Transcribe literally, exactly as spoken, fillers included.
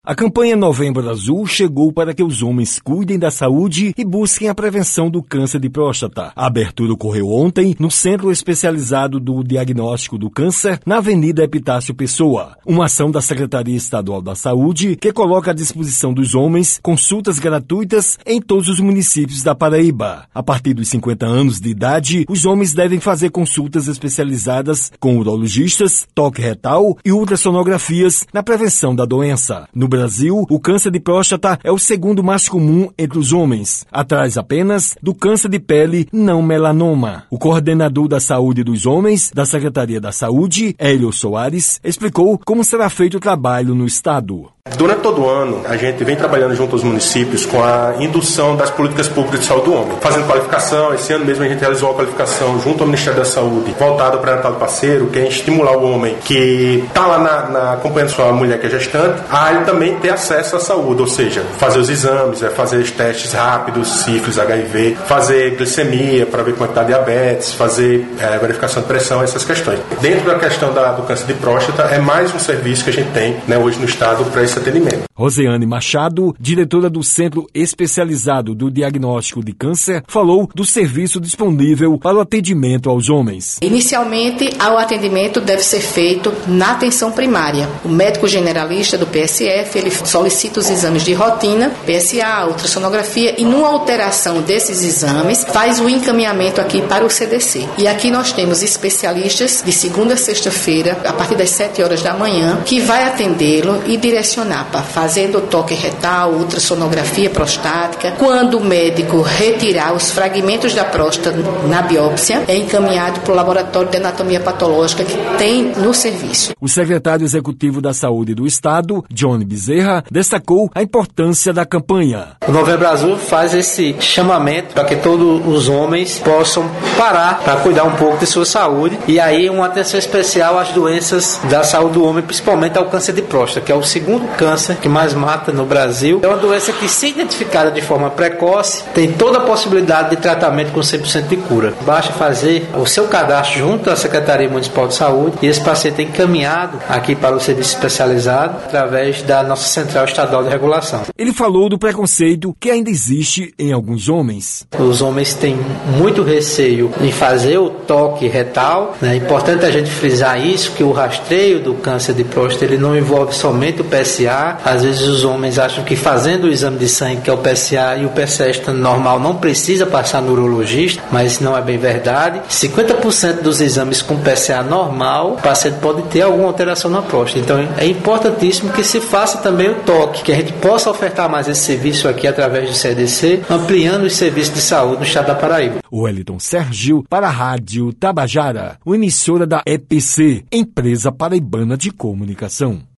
A campanha Novembro Azul chegou para que os homens cuidem da saúde e busquem a prevenção do câncer de próstata. A abertura ocorreu ontem no Centro Especializado do Diagnóstico do Câncer, na Avenida Epitácio Pessoa. Uma ação da Secretaria Estadual da Saúde que coloca à disposição dos homens consultas gratuitas em todos os municípios da Paraíba. A partir dos cinquenta anos de idade, os homens devem fazer consultas especializadas com urologistas, toque retal e ultrassonografias na prevenção da doença. No Brasil, o câncer de próstata é o segundo mais comum entre os homens, atrás apenas do câncer de pele não melanoma. O coordenador da saúde dos homens da Secretaria da Saúde, Hélio Soares, explicou como será feito o trabalho no estado. Durante todo o ano, a gente vem trabalhando junto aos municípios com a indução das políticas públicas de saúde do homem, fazendo qualificação. Esse ano mesmo a gente realizou uma qualificação junto ao Ministério da Saúde, voltada ao pré-natal do parceiro, que é estimular o homem que está lá na, na acompanhando sua mulher que é gestante, a ele também ter acesso à saúde, ou seja, fazer os exames, é fazer os testes rápidos, sífilis, H I V, fazer glicemia para ver como é que está a diabetes, fazer é, verificação de pressão, essas questões. Dentro da questão da, do câncer de próstata, é mais um serviço que a gente tem, né, hoje no estado para esse atendimento. Roseane Machado, diretora do Centro Especializado do Diagnóstico de Câncer, falou do serviço disponível para o atendimento aos homens. Inicialmente, o atendimento deve ser feito na atenção primária. O médico generalista do P S F, ele solicita os exames de rotina, P S A, ultrassonografia, e numa alteração desses exames, faz o encaminhamento aqui para o C D C. E aqui nós temos especialistas de segunda a sexta-feira, a partir das sete horas da manhã, que vai atendê-lo e direcionar para fazendo toque retal, ultrassonografia prostática. Quando o médico retirar os fragmentos da próstata na biópsia, é encaminhado para o laboratório de anatomia patológica que tem no serviço. O secretário executivo da Saúde do Estado, Johnny Bezerra, destacou a importância da campanha. O Novembro Azul faz esse chamamento para que todos os homens possam parar para cuidar um pouco de sua saúde, e aí uma atenção especial às doenças da saúde do homem, principalmente ao câncer de próstata, que é o segundo câncer que mais mata no Brasil. É uma doença que, se identificada de forma precoce, tem toda a possibilidade de tratamento com cem por cento de cura. Basta fazer o seu cadastro junto à Secretaria Municipal de Saúde e esse paciente é encaminhado aqui para o serviço especializado através da nossa Central Estadual de Regulação. Ele falou do preconceito que ainda existe em alguns homens. Os homens têm muito receio em fazer o toque retal, né? É importante a gente frisar isso, que o rastreio do câncer de próstata ele não envolve somente o P S A. Às vezes os homens acham que fazendo o exame de sangue, que é o P S A, e o P S A estando normal, não precisa passar no urologista, mas isso não é bem verdade. cinquenta por cento dos exames com P S A normal, o paciente pode ter alguma alteração na próstata. Então é importantíssimo que se faça também o toque, que a gente possa ofertar mais esse serviço aqui através do C D C, ampliando os serviços de saúde no estado da Paraíba. O Wellington Sergio para a Rádio Tabajara, uma emissora da E P C, Empresa Paraibana de Comunicação.